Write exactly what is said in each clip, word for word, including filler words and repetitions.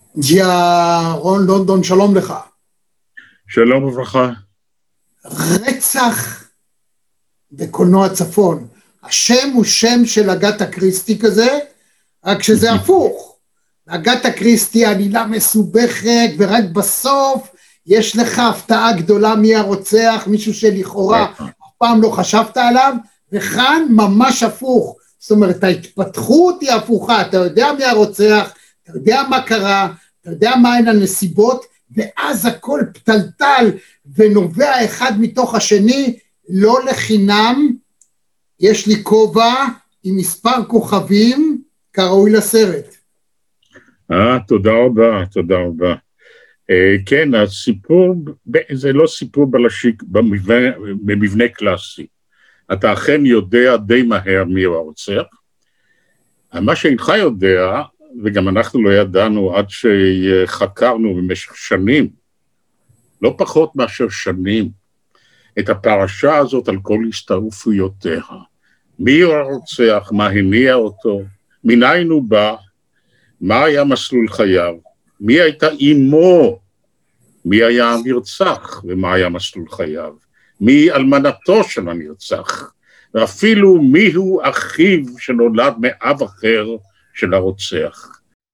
ג'יה רון לונדון, שלום לך. שלום וברכה. רצח בקולנוע צפון. השם הוא שם של אגתה קריסטי כזה, רק שזה הפוך. אגתה קריסטי עלילה מסובכת, ורק בסוף יש לך הפתעה גדולה מי הרוצח, מישהו שלכאורה אף פעם לא חשבת עליו, וכאן ממש הפוך. זאת אומרת, ההתפתחות היא הפוכה, אתה יודע מי הרוצח, אתה יודע מה קרה, אתה יודע מה הן הנסיבות, ואז הכל פתלתל ונובע אחד מתוך השני, לא לחינם, יש לי כובע עם מספר כוכבים כראוי לסרט. אה, תודה רבה, תודה רבה. אה, כן, הסיפור, זה לא סיפור בלשיק, במבנה, במבנה קלאסי. אתה אכן יודע די מהר מי הוא הרוצח. מה שאינך יודע, וגם אנחנו לא ידענו עד שחקרנו במשך שנים, לא פחות מאשר שנים, את הפרשה הזאת על כל הסתעפויותיה. מי הוא הרוצח, מה הניע אותו, מניין הוא בא, מה היה מסלול חייו, מי הייתה אמו, מי היה הנרצח ומה היה מסלול חייו, מי אלמנתו של הנרצח, ואפילו מי הוא אחיו שנולד מאב אחר של הרוצח.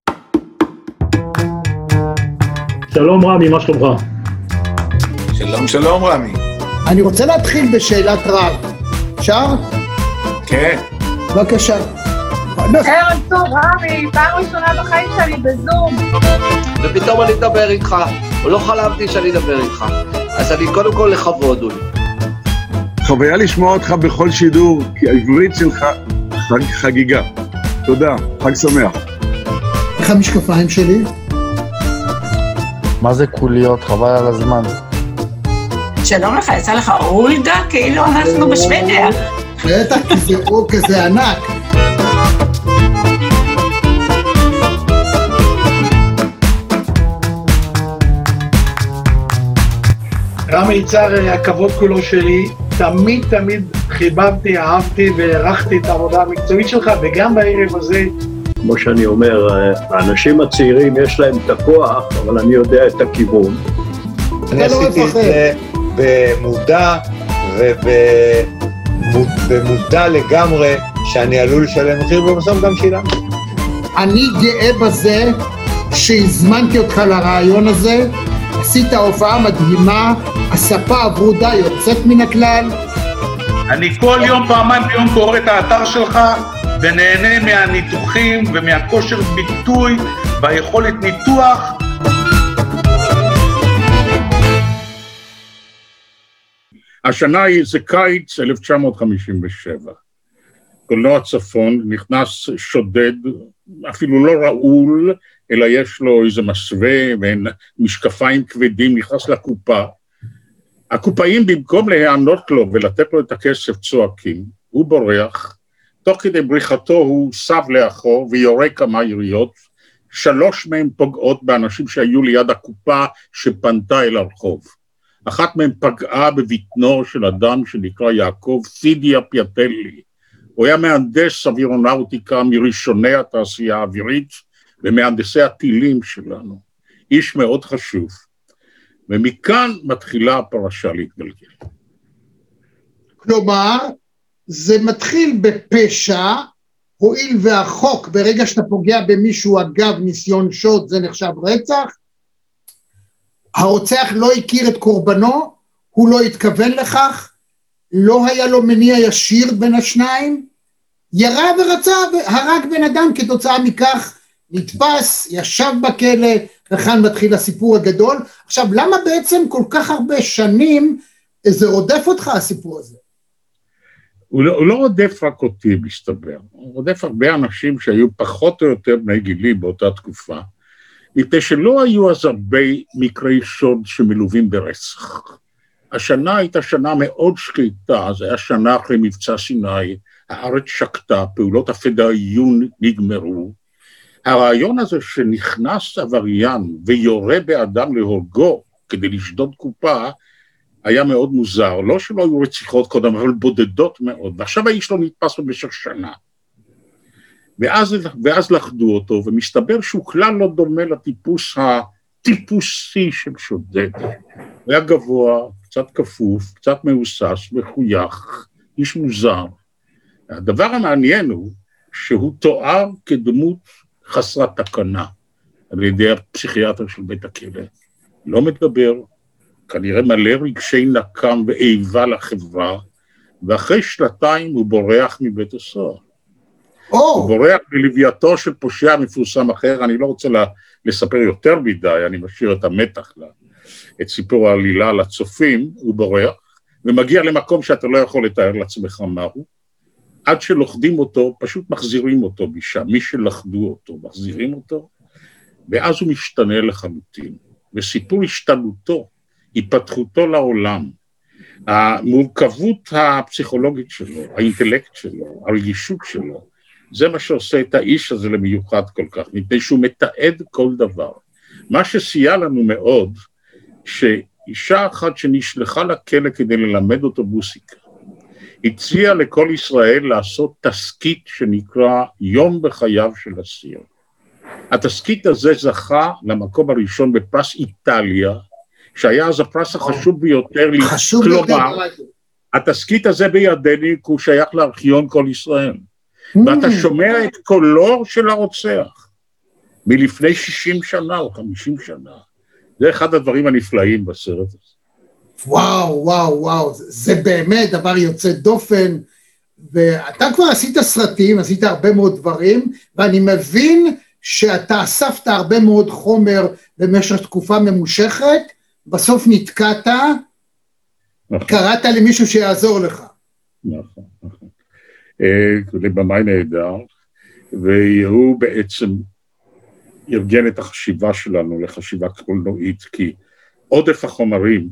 שלום רמי, מה שלומך? שלום שלום רמי. אני רוצה להתחיל בשאלת רב. אפשר? כן. בבקשה. ערב טוב רמי, פעם ראשונה בחיים שלי בזום. ופתאום אני אדבר איתך, ולא חלמתי שאני אדבר איתך. אז אני קודם כל לכבוד הוא לי. חוויה לשמוע אותך בכל שידור, כי העברית שלך חג, חגיגה. תודה, חג שמח. איך המשקפיים שלי? מה זה קוליות? חבל על הזמן. שלום לך, יצא לך אולדה כאילו אנחנו בשוודיה. בטח, כי זה אור כזה ענק. רמי יצהר, הכבוד כולו שלי, תמיד תמיד חיבבתי, אהבתי והערכתי את העבודה המקצועית שלך, וגם בערב הזה, כמו שאני אומר, האנשים הצעירים יש להם את הכוח, אבל אני יודע את הכיוון. אני עשיתי את זה במודע ובמודע לגמרי שאני עלול לשלם מחיר, ובסוף גם שילם. אני גאה בזה שהזמנתי אותך לרעיון הזה, עשית הופעה מדהימה, הספה הברודה יוצאת מן הכלל. אני כל יום פעמיים ביום קורא את האתר שלך ונהנה מהניתוחים ומהכושר ביטוי והיכולת ניתוח. השנה היא זה קיץ אלף תשע מאות חמישים ושבע. קולנוע צפון נכנס שודד, אפילו לא רעול, אלא יש לו איזה מסווה ומשקפיים כבדים, נכנס לקופה. הקופאים במקום להיענות לו ולתת לו את הכסף צועקים, הוא בורח, תוך כדי בריחתו הוא סב לאחור ויורה כמה יריות, שלוש מהם פוגעות באנשים שהיו ליד הקופה שפנתה אל הרחוב. אחת מהם פגעה בבטנו של אדם שנקרא יעקב סידיה פיאטלי. הוא היה מהנדס אווירונאוטיקה מראשוני התעשייה האווירית ומהנדסי הטילים שלנו. איש מאוד חשוב. ומכאן מתחילה הפרשה להתגלגל. כלומר, זה מתחיל בפשע, הואיל והחוק ברגע שאתה פוגע במישהו אגב ניסיון שוד זה נחשב רצח, הרוצח לא הכיר את קורבנו, הוא לא התכוון לכך, לא היה לו מניע ישיר בין השניים, ירה ורצה והרג בן אדם כתוצאה מכך, נתפס, ישב בכלא, וכאן מתחיל הסיפור הגדול. עכשיו, למה בעצם כל כך הרבה שנים זה רודף אותך הסיפור הזה? הוא לא, הוא לא רודף רק אותי, מסתבר. הוא רודף הרבה אנשים שהיו פחות או יותר בני גילי באותה תקופה, מפני שלא היו אז הרבה מקרי שוד שמלווים ברצח. השנה הייתה שנה מאוד שקטה, זה היה שנה אחרי מבצע סיני, הארץ שקטה, פעולות הפדאיון נגמרו. הרעיון הזה שנכנס עבריין ויורה באדם להורגו כדי לשדוד קופה, היה מאוד מוזר. לא שלא היו רציחות קודם, אבל בודדות מאוד. ועכשיו האיש לא נתפס במשך שנה. ואז, ואז לחדו אותו, ומסתבר שהוא כלל לא דומה לטיפוס הטיפוסי של שודד. הוא היה גבוה, קצת כפוף, קצת מהוסס, מחוייך, איש מוזר. הדבר המעניין הוא שהוא תואר כדמות חסרת תקנה על ידי הפסיכיאטר של בית הכלא. לא מדבר, כנראה מלא רגשי נקם ואיבה לחברה, ואחרי שנתיים הוא בורח מבית הסוהר. Oh. הוא בורח בלווייתו של פושע מפורסם אחר, אני לא רוצה לספר יותר מדי, אני משאיר את המתח, לה, את סיפור העלילה לצופים, הוא בורח, ומגיע למקום שאתה לא יכול לתאר לעצמך מהו, עד שלוחדים אותו, פשוט מחזירים אותו בשם, מי שלחדו אותו, מחזירים אותו, ואז הוא משתנה לחלוטין, וסיפור השתנותו, התפתחותו לעולם, המורכבות הפסיכולוגית שלו, האינטלקט שלו, הרגישות שלו, זה מה שעושה את האיש הזה למיוחד כל כך, מפני שהוא מתעד כל דבר. מה שסייע לנו מאוד, שאישה אחת שנשלחה לכלא כדי ללמד אותו מוסיקה, הציעה לכל ישראל לעשות תסקית שנקרא יום בחייו של אסיר. התסקית הזה זכה למקום הראשון בפרס איטליה, שהיה אז הפרס החשוב ביותר, חשוב כלומר, התסקית הזה בידינו, הוא שייך לארכיון כל ישראל, ואתה שומע את קולו של הרוצח, מלפני שישים שנה או חמישים שנה, זה אחד הדברים הנפלאים בסרט הזה. וואו, וואו, וואו, זה באמת דבר יוצא דופן, ואתה כבר עשית סרטים, עשית הרבה מאוד דברים, ואני מבין שאתה אספת הרבה מאוד חומר במשך תקופה ממושכת, בסוף נתקעת, נכון. קראת למישהו שיעזור לך. נכון, נכון. לבמאי נהדר, והוא בעצם ארגן את החשיבה שלנו לחשיבה קולנועית, כי עודף החומרים,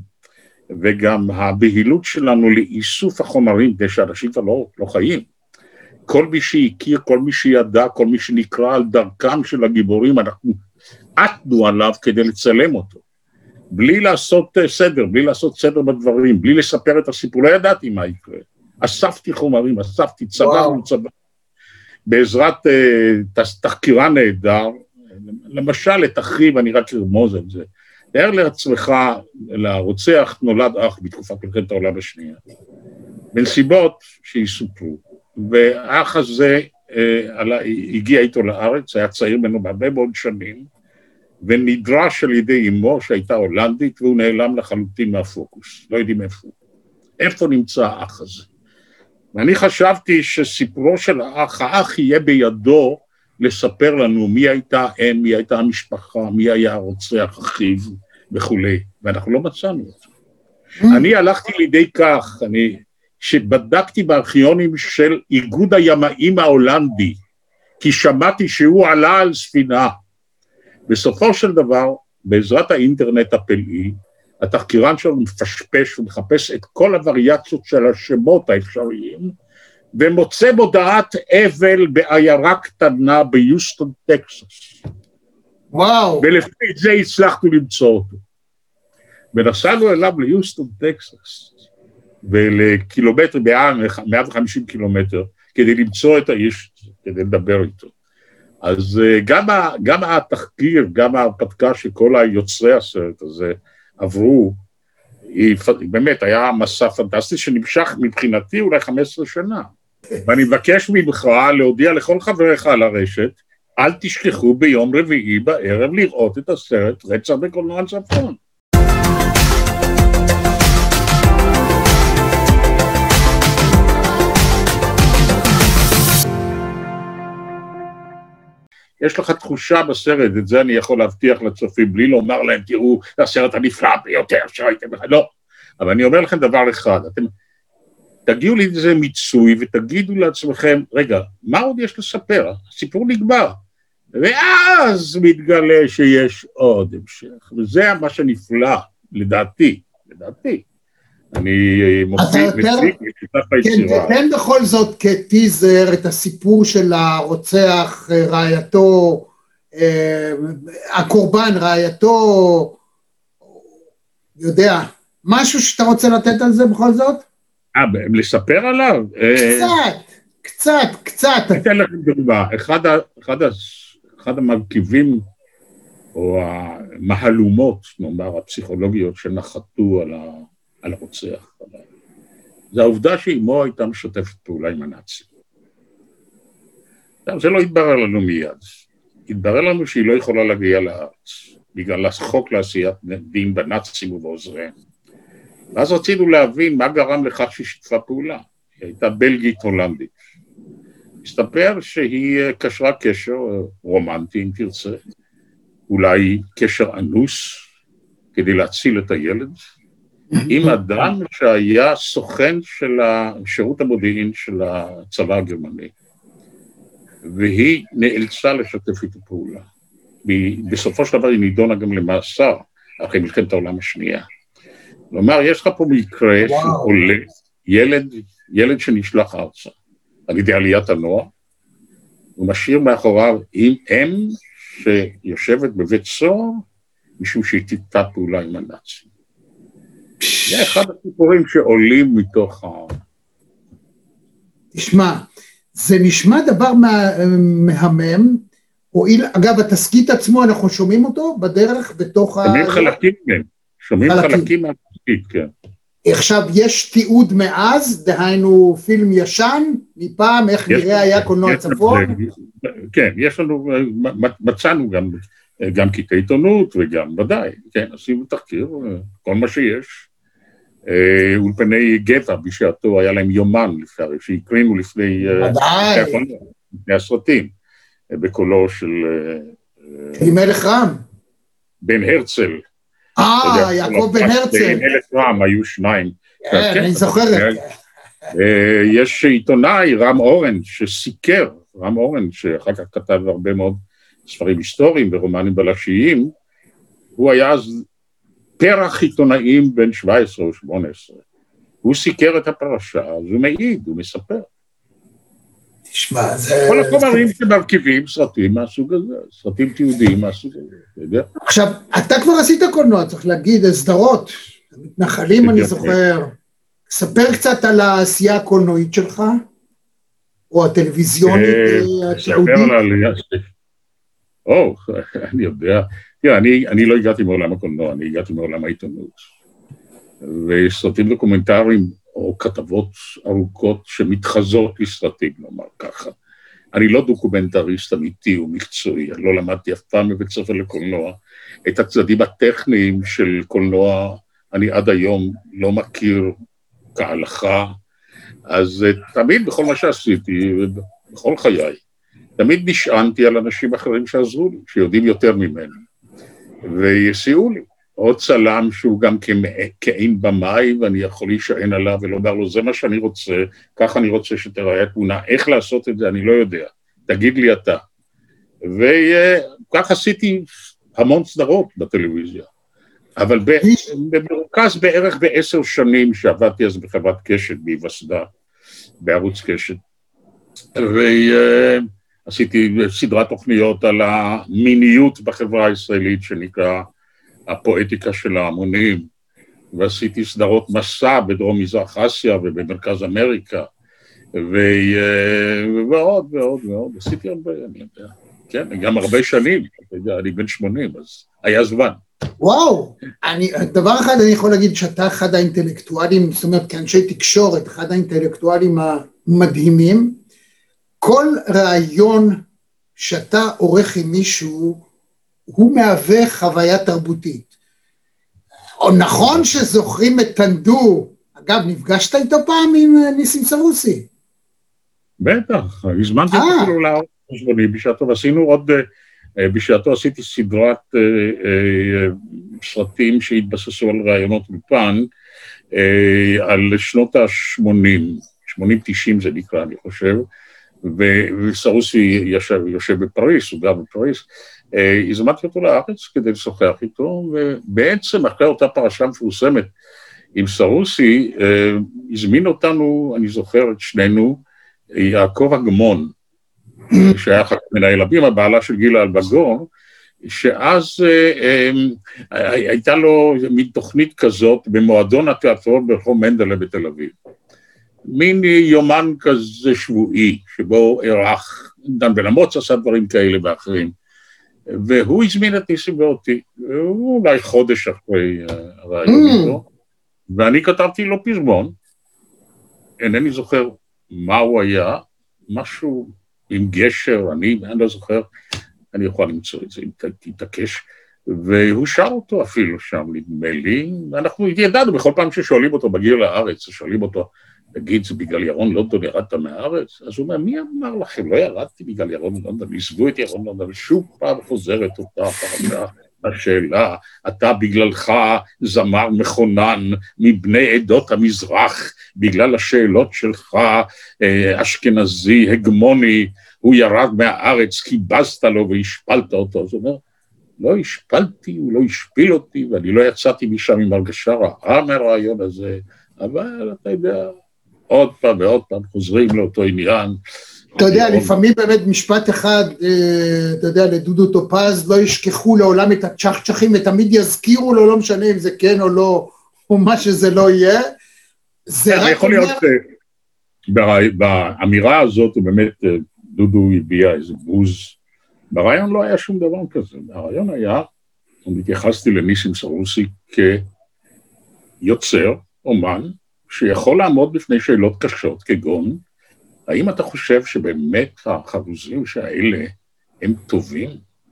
וגם הבהילות שלנו לאיסוף החומרים, כדי שאנשים כבר לא, לא חיים. כל מי שהכיר, כל מי שידע, כל מי שנקרא על דרכם של הגיבורים, אנחנו עטנו עליו כדי לצלם אותו. בלי לעשות סדר, בלי לעשות סדר בדברים, בלי לספר את הסיפור, לא ידעתי מה יקרה. אספתי חומרים, אספתי צבא וצבא. בעזרת uh, תחקירה נהדר, למשל את אחיו, אני רק ארמוז את זה, תאר לעצמך, לרוצח נולד אח בתקופת מלחמת העולם השנייה, בנסיבות שיסופרו, והאח הזה uh, עלה, הגיע איתו לארץ, היה צעיר ממנו בהרבה מאוד שנים, ונדרש על ידי אמו שהייתה הולנדית, והוא נעלם לחלוטין מהפוקוס, לא יודעים איפה. איפה נמצא האח הזה? ואני חשבתי שסיפורו של האח, האח יהיה בידו לספר לנו מי הייתה אם, מי הייתה המשפחה, מי היה הרוצח, אחיו וכו'. ואנחנו לא מצאנו אותו. אני הלכתי לידי כך, אני, שבדקתי בארכיונים של איגוד הימאים ההולנדי, כי שמעתי שהוא עלה על ספינה. בסופו של דבר, בעזרת האינטרנט הפלאי, התחקירן שלנו מפשפש ומחפש את כל הווריאציות של השמות האפשריים, ומוצא מודעת אבל בעיירה קטנה ביוסטון, טקסס. וואו. ולפי זה הצלחנו למצוא אותו. ונסענו אליו ליוסטון, טקסס, ולקילומטר, מאה וחמישים קילומטר, כדי למצוא את האיש, כדי לדבר איתו. אז גם, גם התחקיר, גם ההרפתקה שכל היוצרי הסרט הזה עברו, היא, באמת היה מסע פנטסטי שנמשך מבחינתי אולי חמש עשרה שנה. ואני מבקש ממך להודיע לכל חבריך על הרשת, אל תשכחו ביום רביעי בערב לראות את הסרט רצח בקולנוע צפון. יש לך תחושה בסרט, את זה אני יכול להבטיח לצופים, בלי לומר להם, תראו, זה הסרט הנפלא ביותר שראיתם לך, לא. אבל אני אומר לכם דבר אחד, אתם תגיעו לאיזה מיצוי ותגידו לעצמכם, רגע, מה עוד יש לספר? הסיפור נגמר. ואז מתגלה שיש עוד המשך, וזה מה שנפלא, לדעתי, לדעתי. אני מוסיף מציג ושותף היצירה. כן, תן בכל זאת כטיזר את הסיפור של הרוצח, רעייתו, הקורבן, רעייתו, יודע, משהו שאתה רוצה לתת על זה בכל זאת? אה, לספר עליו? קצת. קצת, קצת. אתן לכם דוגמה, אחד, ה, אחד, ה, אחד המרכיבים, או המהלומות, נאמר, הפסיכולוגיות שנחתו על, ה, על הרוצח, זה העובדה שאימו הייתה משתפת פעולה עם הנאצים. זה לא התברר לנו מיד. התברר לנו שהיא לא יכולה להגיע לארץ, בגלל החוק לעשיית דין בנאצים ובעוזריהם. ואז רצינו להבין מה גרם לכך שהיא שיתפה פעולה. היא הייתה בלגית הולנדית. מסתבר שהיא קשרה קשר רומנטי, אם תרצה, אולי קשר אנוס, כדי להציל את הילד, עם אדם שהיה סוכן של שירות המודיעין של הצבא הגרמני. והיא נאלצה לשתף איתו פעולה. בסופו של דבר היא נידונה גם למאסר, אחרי מלחמת העולם השנייה. כלומר, יש לך פה מקרה שעולה, ילד, ילד שנשלח ארצה, על ידי עליית הנוער, הוא משאיר מאחוריו עם אם שיושבת בבית סוהר, משום שהיא תיתה פעולה עם הנאצים. זה אחד הסיפורים שעולים מתוך ה... תשמע, זה נשמע דבר מהמם, הועיל, אגב, התסקית עצמו, אנחנו שומעים אותו בדרך בתוך ה... שומעים חלקים, כן. שומעים חלקים מהתסקית, כן. עכשיו, יש תיעוד מאז, דהיינו פילם ישן, מפעם, איך נראה היה קולנוע צפון? כן, יש לנו, מצאנו גם, גם קטעי עיתונות, וגם ודאי, כן, עשינו תחקיר, כל מה שיש. אולפני גבע, בשעתו היה להם יומן, שהקרינו לפני הסרטים, בקולו של... עם מלך רם. בן הרצל. אה, יעקב בן הרצל. מלך רם, היו שניים. כן, אני זוכרת. יש עיתונאי, רם אורן, שסיקר, רם אורן, שאחר כך כתב הרבה מאוד ספרים היסטוריים ורומנים בלשיים, הוא היה אז פרח עיתונאים בין שבע עשרה או שמונה עשרה. הוא סיקר את הפרשה, אז הוא מעיד, הוא מספר. תשמע, זה... כל החומרים שמרכיבים סרטים מהסוג הזה, סרטים תיעודיים מהסוג הזה, אתה יודע? עכשיו, אתה כבר עשית קולנוע, צריך להגיד, סדרות, מתנחלים אני זוכר, ספר קצת על העשייה הקולנועית שלך, או הטלוויזיונית, התיעודית. ספר על... או, אני יודע, תראה, אני לא הגעתי מעולם הקולנוע, אני הגעתי מעולם העיתונות, וסרטים דוקומנטריים, או כתבות ארוכות שמתחזות לסרטים, נאמר ככה. אני לא דוקומנטריסט אמיתי ומקצועי, אני לא למדתי אף פעם בבית ספר לקולנוע. את הצדדים הטכניים של קולנוע אני עד היום לא מכיר כהלכה, אז תמיד בכל מה שעשיתי, בכל חיי, תמיד נשענתי על אנשים אחרים שעזרו לי, שיודעים יותר ממני, ויסייעו לי. עוד צלם שהוא גם כעין במאי, ואני יכול להישען עליו ולומר לו, זה מה שאני רוצה, ככה אני רוצה שתראה התמונה, איך לעשות את זה, אני לא יודע, תגיד לי אתה. וכך עשיתי המון סדרות בטלוויזיה, אבל במרוכז בערך בעשר שנים, שעבדתי אז בחברת קשת, בהיווסדה, בערוץ קשת, ועשיתי סדרת תוכניות על המיניות בחברה הישראלית, שנקרא, הפואטיקה של ההמונים, ועשיתי סדרות מסע בדרום מזרח אסיה ובמרכז אמריקה, ועוד ועוד ועוד, עשיתי הרבה, אני יודע, כן, גם הרבה שנים, אתה יודע, אני בן שמונים, אז היה זמן. וואו, אני, דבר אחד אני יכול להגיד שאתה אחד האינטלקטואלים, זאת אומרת, כאנשי תקשורת, אחד האינטלקטואלים המדהימים, כל רעיון שאתה עורך עם מישהו, הוא מהווה חוויה תרבותית. או נכון שזוכרים את טנדו, אגב, נפגשת איתו פעם עם ניסים סרוסי? בטח, הזמנתי אותו אפילו לערוץ חשבוני בשעתו, ועשינו עוד, בשעתו עשיתי סדרת סרטים שהתבססו על רעיונות בפן, על שנות ה-שמונים, שמונים תשעים זה נקרא, אני חושב, וסרוסי יושב, יושב בפריס, הוא גר בפריס, הזמנתי אותו לארץ כדי לשוחח איתו, ובעצם אחרי אותה פרשה מפורסמת עם סרוסי, הזמין אותנו, אני זוכר את שנינו, יעקב אגמון, שהיה אחר מנהל הבימה, בעלה של גילה אלבגור, שאז הייתה לו מין תוכנית כזאת במועדון התיאטרון ברחוב מנדלה בתל אביב. מין יומן כזה שבועי, שבו ערך, דן בן אמוץ עשה דברים כאלה ואחרים, והוא הזמין את ניסים ואותי, אולי חודש אחרי הרעיון איתו, ואני כתבתי לו פזמון, אינני זוכר מה הוא היה, משהו עם גשר, אני, אני לא זוכר, אני יכול למצוא את זה, אם תתעקש, והוא שר אותו אפילו שם, נדמה לי, ואנחנו ידענו בכל פעם ששואלים אותו בגיר לארץ, שואלים אותו, תגיד, זה בגלל ירון לונדון ירדת מהארץ? אז הוא אומר, מי אמר לכם? לא ירדתי בגלל ירון לונדון, עזבו את ירון לונדון, ושוב פעם חוזרת אותה פרשה, השאלה, אתה בגללך זמר מכונן מבני עדות המזרח, בגלל השאלות שלך, אשכנזי, הגמוני, הוא ירד מהארץ, כיבסת לו והשפלת אותו. אז הוא אומר, לא השפלתי, הוא לא השפיל אותי, ואני לא יצאתי משם עם הרגשה רעה מהרעיון הזה, אבל אתה יודע, עוד פעם ועוד פעם חוזרים לאותו עניין. אתה יודע, לפעמים באמת משפט אחד, אתה יודע, לדודו טופז, לא ישכחו לעולם את הצ'חצ'חים, ותמיד יזכירו לו, לא משנה אם זה כן או לא, או מה שזה לא יהיה. זה רק יכול להיות, באמירה הזאת, באמת דודו הביע איזה בוז, ברעיון לא היה שום דבר כזה, הרעיון היה, אני התייחסתי לניסים סרוסי כיוצר, אומן, שיכול לעמוד בפני שאלות קשות, כגון, האם אתה חושב שבאמת החרוזים שהאלה הם טובים?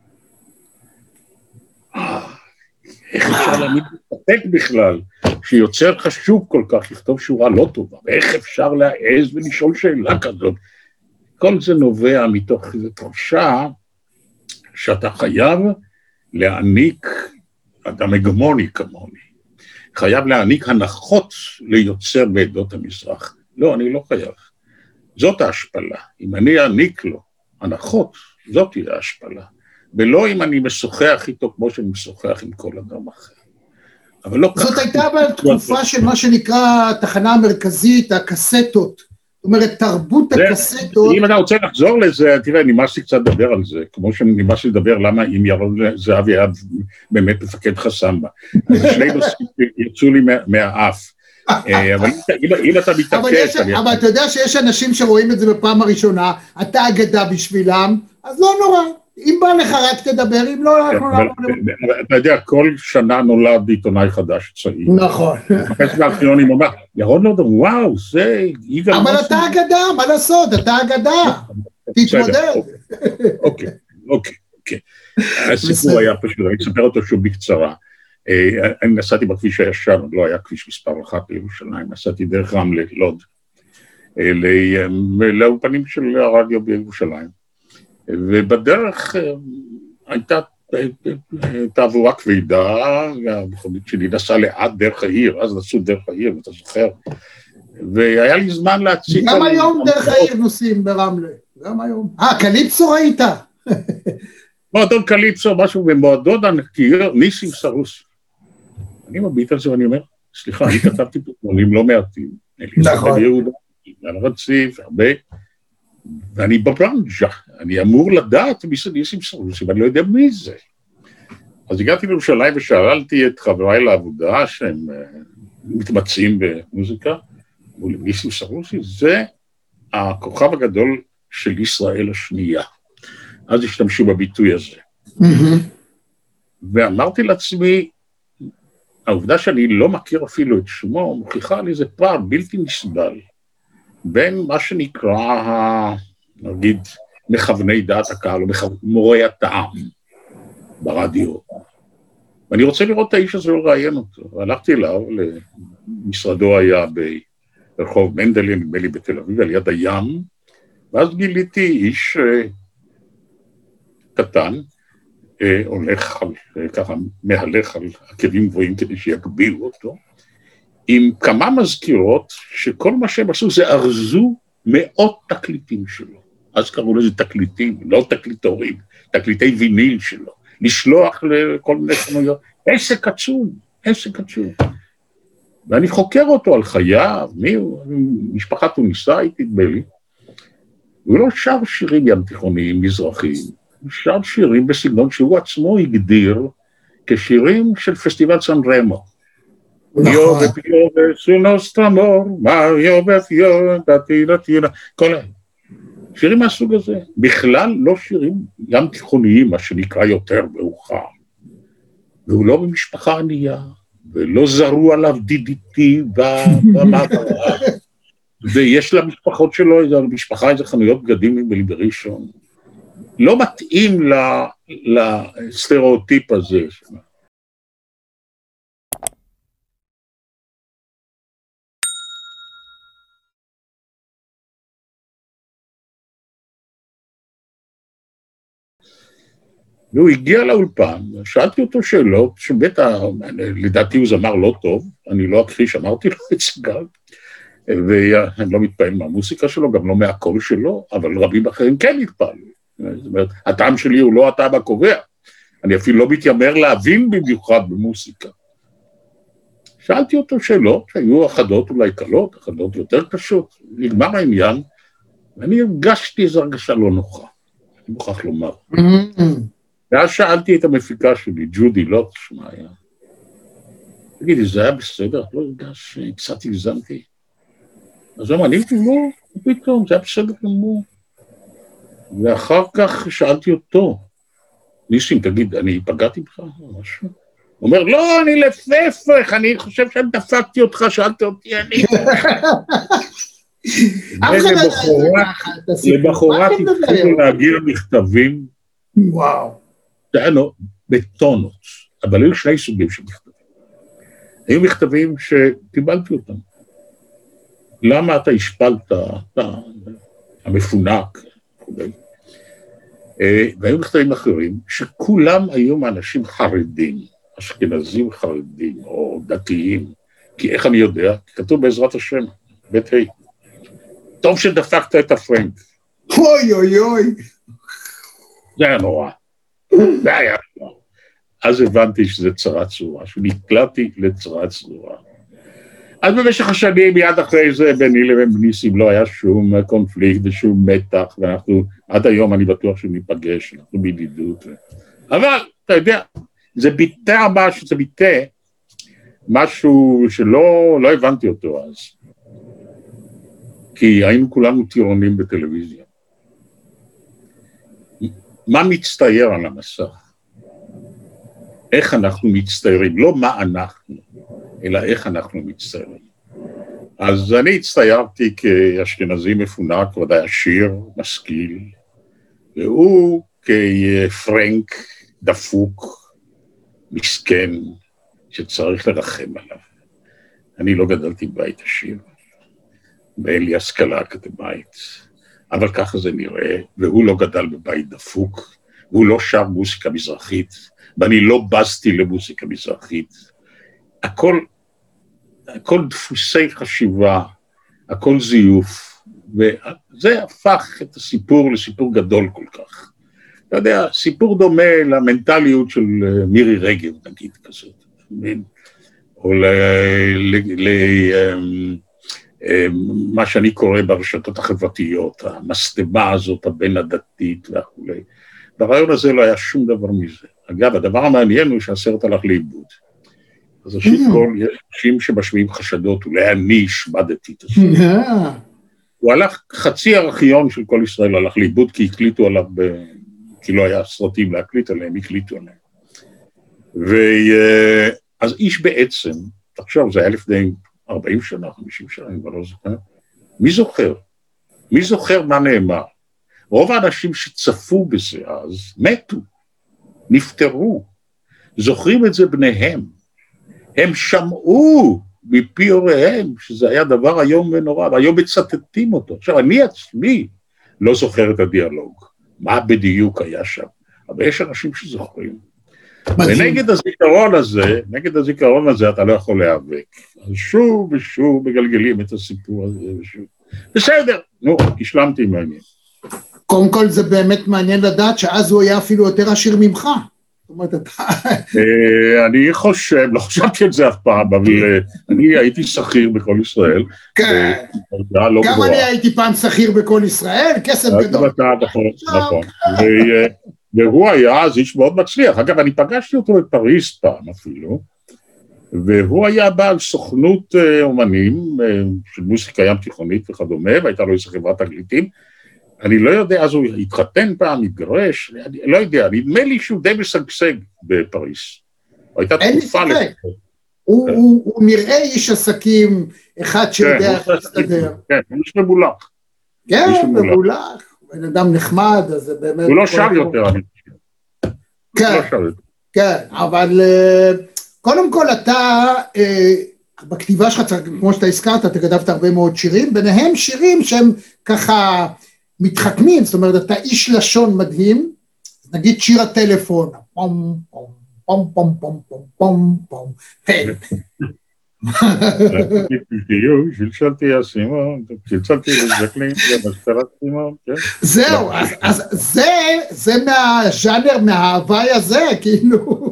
איך אפשר להעמיד להתפתק בכלל, שיוצר חשוב כל כך לכתוב שורה לא טובה, ואיך אפשר להעז ולשאול שאלה כזאת? כל זה נובע מתוך איזו תחושה, שאתה חייב להעניק, אדם הגמוני כמוני, חייב להעניק הנחות ליוצר בעדות המזרח. לא, אני לא חייב. זאת ההשפלה. אם אני אעניק לו הנחות, זאת תהיה ההשפלה. ולא אם אני משוחח איתו כמו שאני משוחח עם כל אדם אחר. אבל לא זאת הייתה בתקופה של מה שנקרא התחנה המרכזית, הקסטות. זאת אומרת, תרבות הקסטות... אם אתה רוצה לחזור לזה, תראה, נמאסתי קצת לדבר על זה, כמו שנמאסתי לדבר למה אם ירון זהבי היה באמת מפקד חסמבה. שני נושאים יצאו לי מהאף. אבל אם אתה מתעקש... אבל אתה יודע שיש אנשים שרואים את זה בפעם הראשונה, אתה אגדה בשבילם, אז לא נורא. אם בא לך רק תדבר, אם לא, אנחנו לא... אתה יודע, כל שנה נולד עיתונאי חדש צעיר. נכון. מחפש לארכיונים, אומר, ירון לונדון, וואו, זה... אבל אתה אגדה, מה לעשות? אתה אגדה. תתמודד. אוקיי, אוקיי, אוקיי. הסיפור היה פשוט, אני אספר אותו שוב בקצרה. אני נסעתי בכביש הישר, לא היה כביש מספר אחת לירושלים, נסעתי דרך רמלה, לוד, לאופנים של הרדיו בירושלים. ובדרך הייתה תעבורה כבדה, המכונית שלי נסעה לאט דרך העיר, אז נסעו דרך העיר, אתה זוכר, והיה לי זמן להציג... גם היום דרך העיר נוסעים ברמלה, גם היום. אה, קליפסו ראית? מועדון קליפסו, משהו במועדון הנקיר, ניסים סרוסי. אני מביט על זה ואני אומר, סליחה, אני כתבתי פתמונים לא מעטים. נכון. על רציף, הרבה... ואני בברנג'ה, אני אמור לדעת מי זה ניסים סרוסי, ואני לא יודע מי זה. אז הגעתי לירושלים ושאלתי את חבריי לעבודה, שהם מתמצאים במוזיקה, ניסים סרוסי, זה הכוכב הגדול של ישראל השנייה. אז השתמשו בביטוי הזה. ואמרתי לעצמי, העובדה שאני לא מכיר אפילו את שמו, מוכיחה לי איזה פער בלתי נסבל, בין מה שנקרא, נגיד, מכווני דעת הקהל, או מורי הטעם ברדיו. ואני רוצה לראות את האיש הזה ולראיין אותו. והלכתי אליו, למשרדו היה ברחוב מנדלי, נדמה לי בתל אביב, על יד הים, ואז גיליתי איש קטן, הולך, ככה מהלך על עקבים גבוהים כדי שיגבירו אותו, עם כמה מזכירות שכל מה שהם עשו זה ארזו מאות תקליטים שלו. אז קראו לזה תקליטים, לא תקליטורים, תקליטי ויניל שלו, לשלוח לכל מיני חנויות, עסק עצום, עסק עצום. ואני חוקר אותו על חייו, מי הוא, משפחה טוניסאית, נדמה לי, הוא לא שר שירים ים תיכוניים מזרחיים, הוא שר שירים בסגנון שהוא עצמו הגדיר כשירים של פסטיבל סן רמו. io piove sul nostro amor, Mario ופיו, דתינה תינה, כל ה... שירים מהסוג הזה, בכלל לא שירים ים תיכוניים, מה שנקרא יותר מאוחר. והוא לא במשפחה ענייה, ולא זרו עליו דידיתי במעברה, ויש למשפחות שלו, למשפחה איזה חנויות בגדים בראשון. לא מתאים לסטריאוטיפ הזה. והוא הגיע לאולפן, שאלתי אותו שאלות, שבטח, לדעתי הוא זמר לא טוב, אני לא אכחיש, אמרתי לו את סגל, ואני לא מתפעל מהמוסיקה שלו, גם לא מהקול שלו, אבל רבים אחרים כן מתפעלים. זאת אומרת, הטעם שלי הוא לא הטעם הקובע, אני אפילו לא מתיימר להבין במיוחד במוסיקה. שאלתי אותו שאלות, שהיו אחדות אולי קלות, אחדות יותר קשות, נגמר העניין, ואני הרגשתי איזו הרגשה לא נוחה, אני מוכרח לומר. ואז שאלתי את המפיקה שלי, ג'ודי, לא תשמע, היה. תגידי, זה היה בסדר? לא הרגש, קצת הגזמתי. אז הוא אמר, אני לא, פתאום, זה היה בסדר גמור. ואחר כך שאלתי אותו, ניסים, תגיד, אני פגעתי בך או משהו? הוא אומר, לא, אני לפפך, אני חושב שאני דפקתי אותך, שאלתי אותי, אני... לבחורת התחילו להגיע מכתבים, וואו. זה היה בטונות, אבל היו שני סוגים של מכתבים. היו מכתבים שקיבלתי אותם. למה אתה השפלת, אתה המפונק, והיו מכתבים אחרים, שכולם היו מאנשים חרדים, אשכנזים חרדים, או דתיים, כי איך אני יודע? כתוב בעזרת השם, בית ה'. טוב שדפקת את הפרנק. אוי אוי אוי. זה היה נורא. זה היה נורא. אז הבנתי שזה צרה צרורה, שנקלעתי לצרה צרורה. אז במשך השנים, מיד אחרי זה, ביני לבין ניסים לא היה שום קונפליקט ושום מתח, ואנחנו, עד היום אני בטוח שניפגש, אנחנו בידידות. אבל, אתה יודע, זה ביטא משהו, זה ביטא משהו שלא לא הבנתי אותו אז. כי היינו כולנו טירונים בטלוויזיה. מה מצטייר על המסך? איך אנחנו מצטיירים? לא מה אנחנו, אלא איך אנחנו מצטיירים. אז אני הצטיירתי כאשכנזי מפונק, ודאי עשיר, משכיל, והוא כפרנק דפוק, מסכן, שצריך לרחם עליו. אני לא גדלתי בבית עשיר, ואין לי השכלה אקדמית, אבל ככה זה נראה, והוא לא גדל בבית דפוק, והוא לא שר מוסיקה מזרחית, ואני לא בסתי למוסיקה מזרחית. הכל, הכל דפוסי חשיבה, הכל זיוף, וזה הפך את הסיפור לסיפור גדול כל כך. אתה יודע, סיפור דומה למנטליות של מירי רגב, נגיד כזאת, או ל... ל, ל מה שאני קורא ברשתות החברתיות, המסתמה הזאת, הבין הדתית וכו'. ברעיון הזה לא היה שום דבר מזה. אגב, הדבר המעניין הוא שהסרט הלך לאיבוד. אז ראשית כל, יש אנשים שמשמיעים חשדות, אולי אני השמדתי את הסרט. הוא הלך, חצי הארכיון של כל ישראל הלך לאיבוד, כי הקליטו עליו, כי לא היה סרטים להקליט עליהם, הקליטו עליהם. ואז איש בעצם, תחשוב, זה היה לפני ארבעים שנה, חמישים שנה, אני כבר לא זוכר. מי זוכר? מי זוכר מה נאמר? רוב האנשים שצפו בזה אז, מתו, נפטרו, זוכרים את זה בניהם. הם שמעו מפי הוריהם שזה היה דבר איום ונורא, והיום מצטטים אותו. עכשיו, אני עצמי לא זוכר את הדיאלוג, מה בדיוק היה שם, אבל יש אנשים שזוכרים. ונגד הזיכרון הזה, נגד הזיכרון הזה אתה לא יכול להיאבק. אז שוב ושוב מגלגלים את הסיפור הזה ושוב. בסדר, נו, השלמתי מעניין. קודם כל זה באמת מעניין לדעת שאז הוא היה אפילו יותר עשיר ממך. זאת אומרת, אתה... אני חושב, לא חשבתי את זה אף פעם, אבל אני הייתי שכיר בכל ישראל. כן, גם אני הייתי פעם שכיר בכל ישראל, כסף גדול. נכון, נכון. והוא היה אז איש מאוד מצליח. אגב, אני פגשתי אותו בפריז פעם אפילו, והוא היה בעל סוכנות אומנים של מוסיקה ים תיכונית וכדומה, והייתה לו איזו חברת תקליטים. אני לא יודע, אז הוא התחתן פעם, התגרש, אני לא יודע, נדמה לי שהוא די משגשג בפריז. אין לי ספק. הוא נראה איש עסקים, אחד שיודע איך להסתדר. כן, הוא איש מבולח. כן, מבולח. בן אדם נחמד, אז זה באמת... הוא לא שר יותר, אני חושב. כן, כן, אבל קודם כל אתה, בכתיבה שלך, כמו שאתה הזכרת, אתה כתבת הרבה מאוד שירים, ביניהם שירים שהם ככה מתחכמים, זאת אומרת, אתה איש לשון מדהים, נגיד שיר הטלפון, פום פום פום פום פום פום פום פום, שלשלתי הסימון, שלשלתי לזקלים, למסתרת סימון, כן? זהו, אז זה מהז'אנר, מההוואי הזה, כאילו.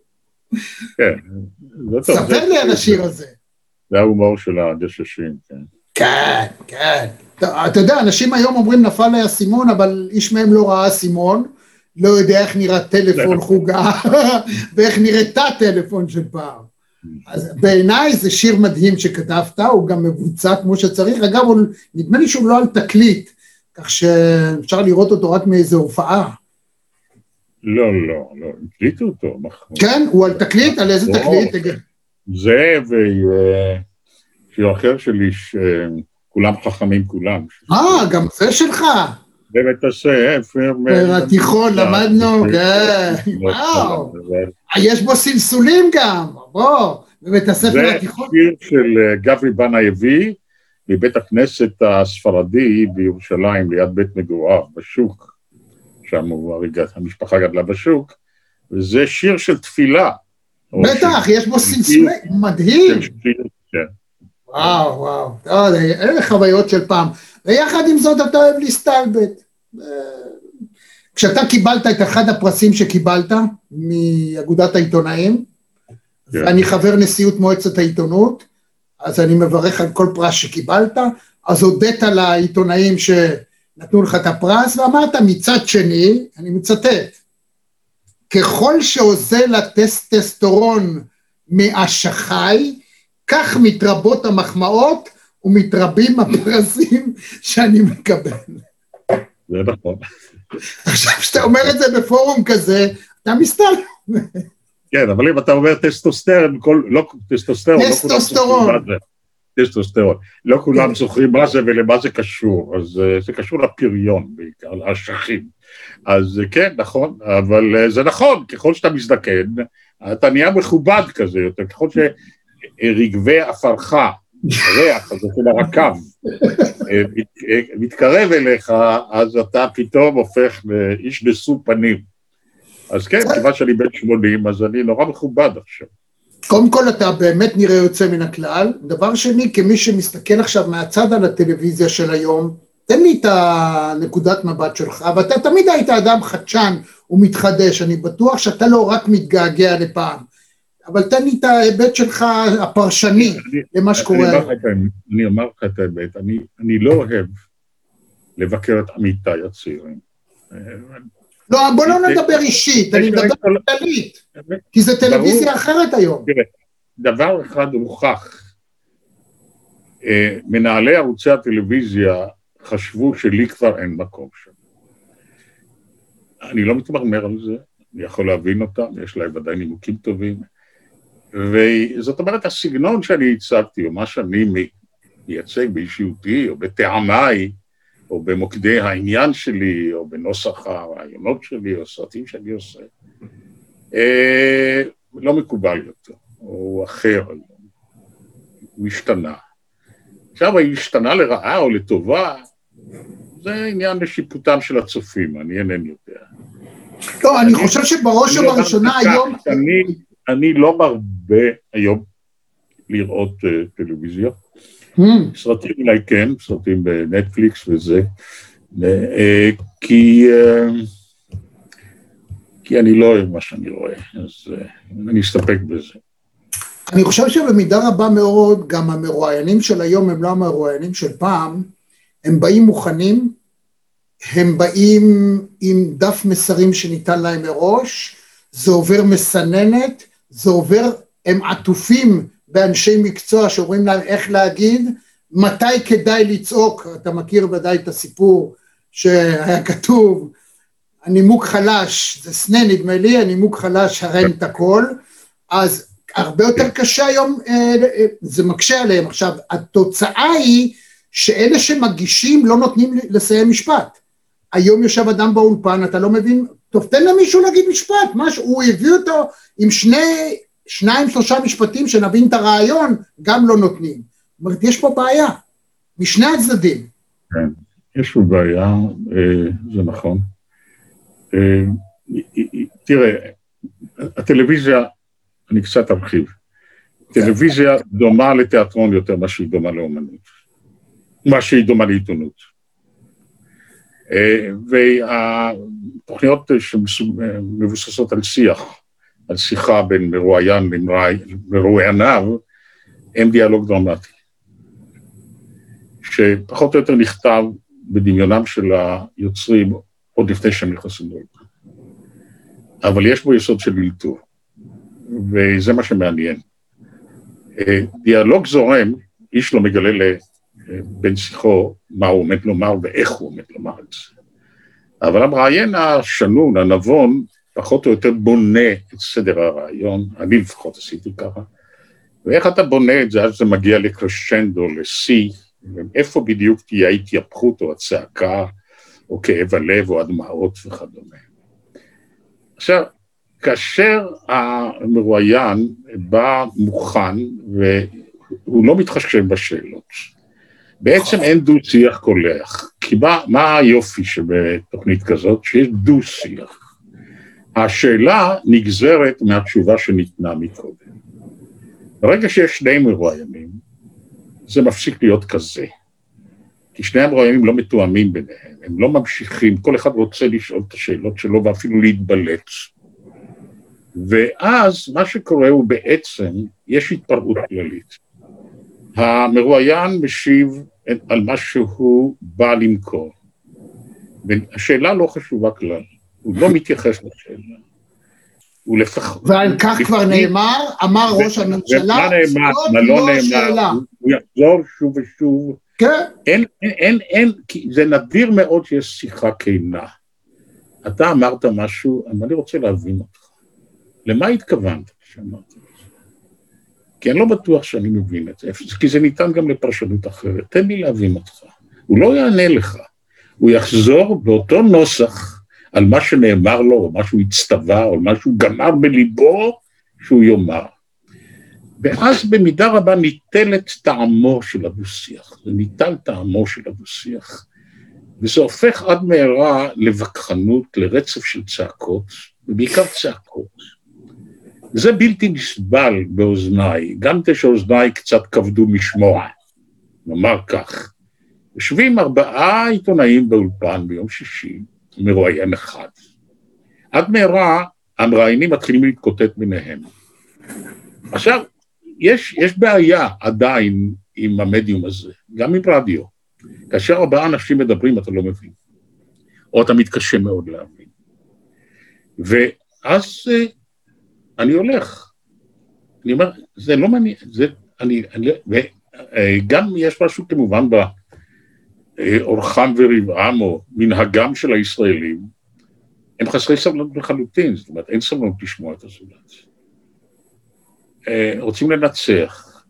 כן. ספר לי על השיר הזה. זה ההומור של הגששים, כן. כן, כן. אתה יודע, אנשים היום אומרים נפל לי הסימון, אבל איש מהם לא ראה סימון, לא יודע איך נראה טלפון חוגה, ואיך נראתה טלפון של פעם. אז בעיניי זה שיר מדהים שכתבת, הוא גם מבוצע כמו שצריך, אגב, נדמה לי שהוא לא על תקליט, כך שאפשר לראות אותו רק מאיזו הופעה. לא, לא, לא, הקליטו אותו. כן, הוא על תקליט, על איזה תקליט? זה ושיר אחר שלי, כולם חכמים כולם. אה, גם זה שלך? בבית הספר. התיכון, למדנו, כן, וואו. יש בו סלסולים גם, בוא, בבית הספר התיכון. זה שיר של גברי בנאייבי, מבית הכנסת הספרדי בירושלים, ליד בית מגוריו, בשוק, שם המשפחה גדלה בשוק, וזה שיר של תפילה. בטח, יש בו סלסולים, מדהים. וואו, וואו, אלה חוויות של פעם. ויחד עם זאת אתה אוהב להסתלבט. כשאתה קיבלת את אחד הפרסים שקיבלת מאגודת העיתונאים, ואני חבר נשיאות מועצת העיתונות, אז אני מברך על כל פרס שקיבלת, אז הודית לעיתונאים שנתנו לך את הפרס, ואמרת מצד שני, אני מצטט, ככל שעוזל הטסטסטורון מהשחי, כך מתרבות המחמאות, ומתרבים הפרסים שאני מקבל. זה נכון. עכשיו שאתה אומר את זה בפורום כזה, אתה מסתכל. כן, אבל אם אתה אומר טסטוסטרון, לא טסטוסטרון, טסטוסטרון. טסטוסטרון. לא כולם זוכרים מה זה ולמה זה קשור, אז זה קשור לפריון בעיקר, לאשכים. אז כן, נכון, אבל זה נכון, ככל שאתה מזדקן, אתה נהיה מכובד כזה יותר, ככל שרגבי אפרך, הריח הזה של הרקב, מתקרב אליך, אז אתה פתאום הופך לאיש נשוא פנים. אז כן, כיוון שאני בן שמונים, אז אני נורא מכובד עכשיו. קודם כל אתה באמת נראה יוצא מן הכלל. דבר שני, כמי שמסתכל עכשיו מהצד על הטלוויזיה של היום, תן לי את הנקודת מבט שלך, ואתה תמיד היית אדם חדשן ומתחדש, אני בטוח שאתה לא רק מתגעגע לפעם. אבל תן לי את ההיבט שלך הפרשני למה שקורה. אני אומר לך את ההיבט, אני לא אוהב לבקר את עמיתיי הצעירים. לא, בוא לא נדבר אישית, אני מדבר כללית, כי זה טלוויזיה אחרת היום. תראה, דבר אחד הוכח, מנהלי ערוצי הטלוויזיה חשבו שלי כבר אין מקום שם. אני לא מתמרמר על זה, אני יכול להבין אותם, יש להם ודאי נימוקים טובים, וזאת אומרת, הסגנון שאני הצגתי, או מה שאני מייצג באישיותי, או בטעמיי, או במוקדי העניין שלי, או בנוסח הרעיונות שלי, או סרטים שאני עושה, לא מקובל יותר, הוא אחר, הוא השתנה. עכשיו, הוא השתנה לרעה או לטובה, זה עניין לשיפוטם של הצופים, אני אינני יודע. לא, אני חושב שבראש ובראשונה היום... אני לא מרבה היום לראות טלוויזיה, סרטים אולי כן, סרטים בנטפליקס וזה, כי כי אני לא אוהב מה שאני רואה, אז אני אסתפק בזה. אני חושב שבמידה רבה מאוד, גם המרואיינים של היום הם לא המרואיינים של פעם, הם באים מוכנים, הם באים עם דף מסרים שניתן להם מראש, זה עובר מסננת, זה עובר הם עטופים באנשי מקצוע שאומרים להם איך להגיד, מתי כדאי לצעוק, אתה מכיר ודאי את הסיפור שהיה כתוב, הנימוק חלש, זה סנה נדמה לי, הנימוק חלש הרם את הכל, אז הרבה יותר קשה היום, זה מקשה עליהם. עכשיו, התוצאה היא שאלה שמגישים לא נותנים לסיים משפט. היום יושב אדם באולפן, אתה לא מבין, טוב, תן למישהו להגיד משפט, משהו, הוא הביא אותו עם שני, שניים, שלושה משפטים שנבין את הרעיון, גם לא נותנים. זאת אומרת, יש פה בעיה, משני הצדדים. כן, יש פה בעיה, זה נכון. תראה, הטלוויזיה, אני קצת ארחיב, טלוויזיה דומה לתיאטרון יותר מה שהיא דומה לאומנות, מה שהיא דומה לעיתונות. והתוכניות שמבוססות על שיח, על שיחה בין מרואיין למרואייניו, הם דיאלוג דרמטי, שפחות או יותר נכתב בדמיונם של היוצרים עוד לפני שהם נכנסים לאולפן. אבל יש בו יסוד של אילתור, וזה מה שמעניין. דיאלוג זורם, איש לא מגלה לבן שיחו מה הוא עומד לומר ואיך הוא עומד לומר את זה. אבל המראיין השנון, הנבון, פחות או יותר בונה את סדר הרעיון, אני לפחות עשיתי ככה, ואיך אתה בונה את זה, אז זה מגיע לקרשנדו, לשיא, ואיפה בדיוק תהיה ההתייפכות או הצעקה, או כאב הלב או הדמעות וכדומה. עכשיו, כאשר המרואיין בא מוכן, והוא לא מתחשב בשאלות, בעצם אין דו שיח קולח, כי מה, מה היופי שבתוכנית כזאת? שיש דו שיח. השאלה נגזרת מהתשובה שניתנה מקודם. ברגע שיש שני מרואיינים, זה מפסיק להיות כזה. כי שני המרואיינים לא מתואמים ביניהם, הם לא ממשיכים, כל אחד רוצה לשאול את השאלות שלו ואפילו להתבלט. ואז מה שקורה הוא בעצם, יש התפרעות כללית. המרואיין משיב על מה שהוא בא למכור. והשאלה לא חשובה כלל, הוא לא מתייחס לשאלה. ועל כך כבר נאמר, אמר ראש הממשלה, זאת לא שאלה. הוא יחזור שוב ושוב. כן. אין, אין, אין, זה נדיר מאוד שיש שיחה כנה. אתה אמרת משהו, אבל אני רוצה להבין אותך. למה התכוונת שאמרת את זה? כי אני לא בטוח שאני מבין את זה, כי זה ניתן גם לפרשנות אחרת. תן לי להבין אותך. הוא לא יענה לך. הוא יחזור באותו נוסח על מה שנאמר לו, או מה שהוא הצטווה, או מה שהוא גמר בליבו, שהוא יאמר. ואז במידה רבה ניטלת טעמו של הדו-שיח. זה ניטל טעמו של הדו-שיח. וזה הופך עד מהרה לבקחנות, לרצף של צעקות, ובעיקר צעקות. זה בלתי נסבל באוזניי, גם כשאוזניי קצת כבדו משמוע, נאמר כך. יושבים ארבעה עיתונאים באולפן ביום שישי, מרואיין אחד. עד מהרה המראיינים מתחילים להתקוטט ביניהם. עכשיו, יש, יש בעיה עדיין עם המדיום הזה, גם עם רדיו. כאשר ארבעה אנשים מדברים אתה לא מבין, או אתה מתקשה מאוד להבין. ואז אני הולך, אני אומר, זה לא מעניין, זה, אני, אני, וגם יש משהו כמובן באורחם ורבעם או מנהגם של הישראלים, הם חסרי סבלנות לחלוטין, זאת אומרת, אין סבלנות לשמוע את הזולת. רוצים לנצח,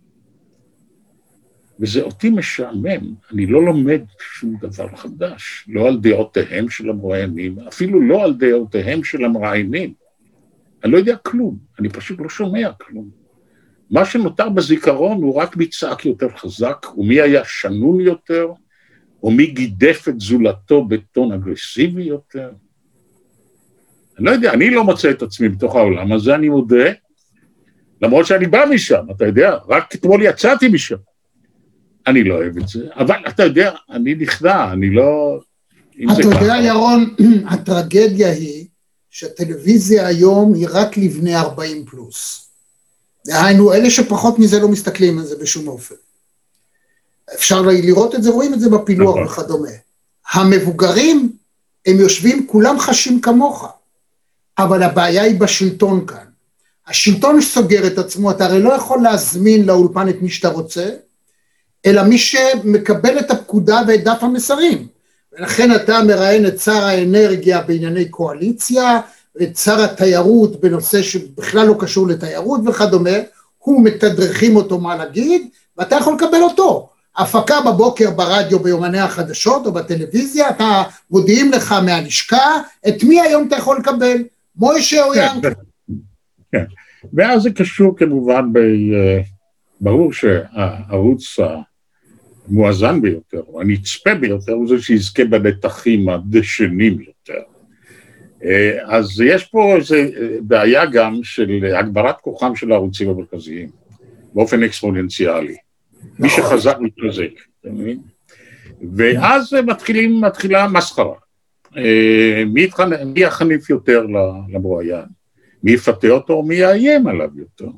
וזה אותי משעמם, אני לא לומד שום דבר חדש, לא על דעותיהם של המרואיינים, אפילו לא על דעותיהם של המראיינים. אני לא יודע כלום, אני פשוט לא שומע כלום. מה שנותר בזיכרון הוא רק מי צעק יותר חזק, ומי היה שנון יותר, או מי גידף את זולתו בטון אגרסיבי יותר. אני לא יודע, אני לא מוצא את עצמי בתוך העולם הזה, אני מודה, למרות שאני בא משם, אתה יודע, רק אתמול יצאתי משם. אני לא אוהב את זה, אבל אתה יודע, אני נכנע, אני לא... אתה יודע, ירון, הטרגדיה היא שהטלוויזיה היום היא רק לבני ארבעים פלוס. דהיינו, אלה שפחות מזה לא מסתכלים על זה בשום אופן. אפשר לראות את זה, רואים את זה בפילוח וכדומה. המבוגרים, הם יושבים, כולם חשים כמוך, אבל הבעיה היא בשלטון כאן. השלטון סוגר את עצמו, אתה הרי לא יכול להזמין לאולפן את מי שאתה רוצה, אלא מי שמקבל את הפקודה ואת דף המסרים, ולכן אתה מראיין את שר האנרגיה בענייני קואליציה, ואת שר התיירות בנושא שבכלל לא קשור לתיירות וכדומה, הוא מתדרכים אותו מה להגיד, ואתה יכול לקבל אותו. הפקה בבוקר ברדיו ביומני החדשות או בטלוויזיה, אתה מודיעים לך מהלשכה, את מי היום אתה יכול לקבל? מוישה או ינקו? כן, ואז זה קשור כמובן, ברור שהערוץ המואזן ביותר, או הנצפה ביותר, הוא זה שיזכה בנתחים הדשנים יותר. אז יש פה איזו בעיה גם של הגברת כוחם של הערוצים המרכזיים, באופן אקספוננציאלי. מי שחזק מתחזק, ואז מתחילים, מתחילה מסחרה. מי יחניף יותר למרואיין? מי יפתה אותו, מי יאיים עליו יותר?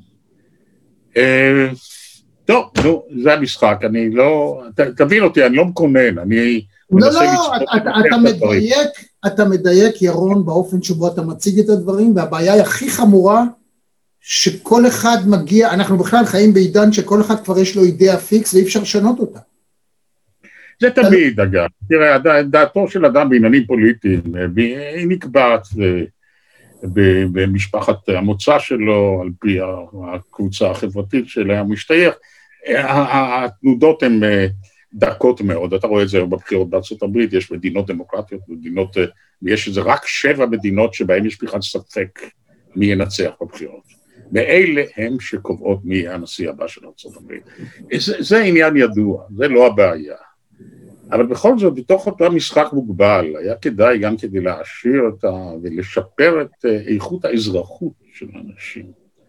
טוב, נו, זה המשחק, אני לא, תבין אותי, אני לא מקונן, אני מנסה לצפות. לא, לא, אתה מדייק, אתה מדייק, ירון, באופן שבו אתה מציג את הדברים, והבעיה הכי חמורה, שכל אחד מגיע, אנחנו בכלל חיים בעידן שכל אחד כבר יש לו אידאה פיקס ואי אפשר לשנות אותה. זה תמיד, אגב. תראה, דעתו של אדם בעניינים פוליטיים, היא נקבעת במשפחת המוצא שלו, על פי הקבוצה החברתית שלהם משתייך. התנודות הן דקות מאוד, אתה רואה את זה בבחירות בארצות הברית, יש מדינות דמוקרטיות, מדינות, ויש איזה רק שבע מדינות שבהן יש בכלל ספק מי ינצח בבחירות. ואלה הם שקובעות מי יהיה הנשיא הבא של ארצות הברית. זה, זה עניין ידוע, זה לא הבעיה. אבל בכל זאת, בתוך אותו המשחק מוגבל, היה כדאי גם כדי להעשיר את ה... ולשפר את איכות האזרחות של האנשים.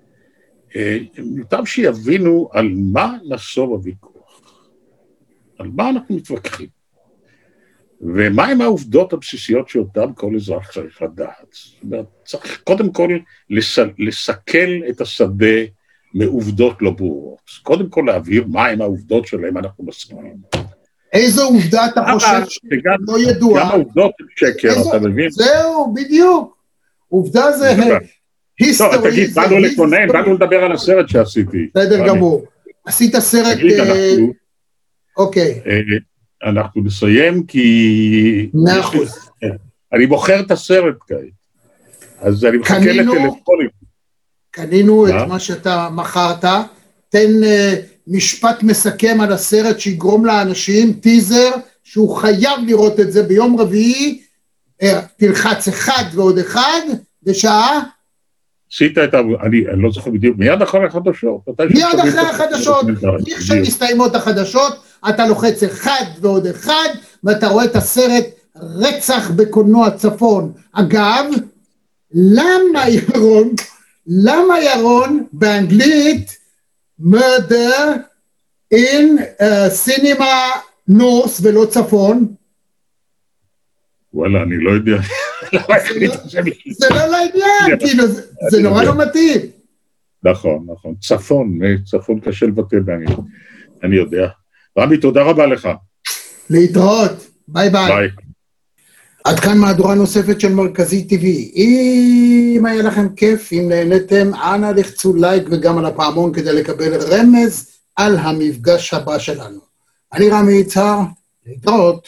מוטב שיבינו על מה נסוב הוויכוח, על מה אנחנו מתווכחים, ומה הם העובדות הבסיסיות שאותם כל אזרח צריך לדעת. צריך קודם כל לס... לסכל את השדה מעובדות לא ברורות. קודם כל להבהיר מה הם העובדות שלהם אנחנו מסכימים. איזו עובדה אתה חושב שלא ידוע? גם העובדות שקר, אתה מבין? זהו, בדיוק. עובדה זה היסטורי. טוב, תגיד, באנו לקונן, באנו לדבר על הסרט שעשיתי. בסדר גמור. עשית סרט... אוקיי. אנחנו נסיים כי... מאחוז. אני בוחר את הסרט כעת. אז אני מחכה לטלפונים. קנינו את מה שאתה מכרת. תן משפט מסכם על הסרט שיגרום לאנשים, טיזר, שהוא חייב לראות את זה ביום רביעי, תלחץ אחד ועוד אחד, בשעה? עשית את ה... אני לא זוכר בדיוק, מיד אחרי החדשות. מיד אחרי החדשות, איך שמסתיימות החדשות, אתה לוחץ אחד ועוד אחד, ואתה רואה את הסרט רצח בקולנוע צפון. אגב, למה ירון, למה ירון באנגלית murder in cinema north ולא צפון? וואלה, אני לא יודע. זה לא לעניין, כאילו, זה נורא לא מתאים. נכון, נכון. צפון, צפון קשה לבטא באנגלית. אני יודע. רבי, תודה רבה לך. להתראות, ביי ביי. ביי. עד כאן מהדורה נוספת של מרכזי טבעי. אם היה לכם כיף, אם נהנתם, אנא לחצו לייק וגם על הפעמון כדי לקבל רמז על המפגש הבא שלנו. אני רמי יצהר, להתראות.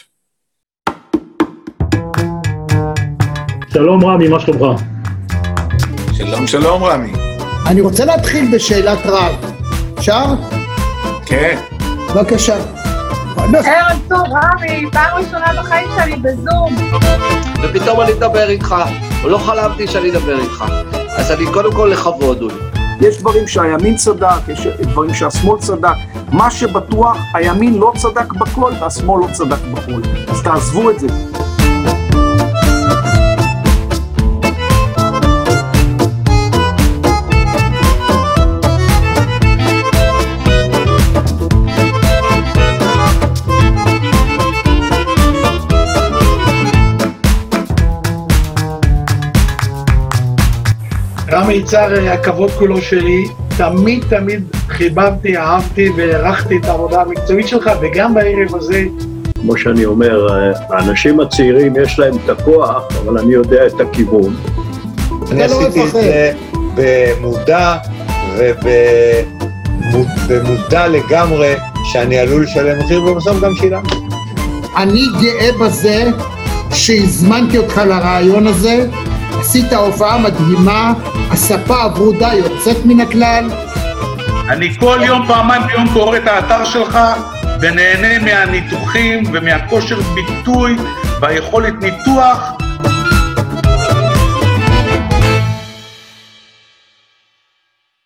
שלום רמי, מה שלומך? שלום שלום רמי. אני רוצה להתחיל בשאלת רב. אפשר? כן. בבקשה. ערב טוב רמי, פעם ראשונה בחיים שלי בזום. ופתאום אני אדבר איתך, לא חלמתי שאני אדבר איתך. אז אני קודם כל לכבוד הוא. יש דברים שהימין צדק, יש דברים שהשמאל צדק. מה שבטוח, הימין לא צדק בכל והשמאל לא צדק בכל. אז תעזבו את זה. רמי יצהר, הכבוד כולו שלי, תמיד תמיד חיבבתי, אהבתי והערכתי את העבודה המקצועית שלך, וגם בערב הזה. כמו שאני אומר, האנשים הצעירים יש להם את הכוח, אבל אני יודע את הכיוון. אני עשיתי את זה במודע ובמודע לגמרי שאני עלול לשלם מחיר, ובסוף גם שילמתי. אני גאה בזה שהזמנתי אותך לרעיון הזה, עשית הופעה מדהימה, הספה הברודה יוצאת מן הכלל. אני כל יום, פעמיים ביום קורא את האתר שלך ונהנה מהניתוחים ומהכושר ביטוי והיכולת ניתוח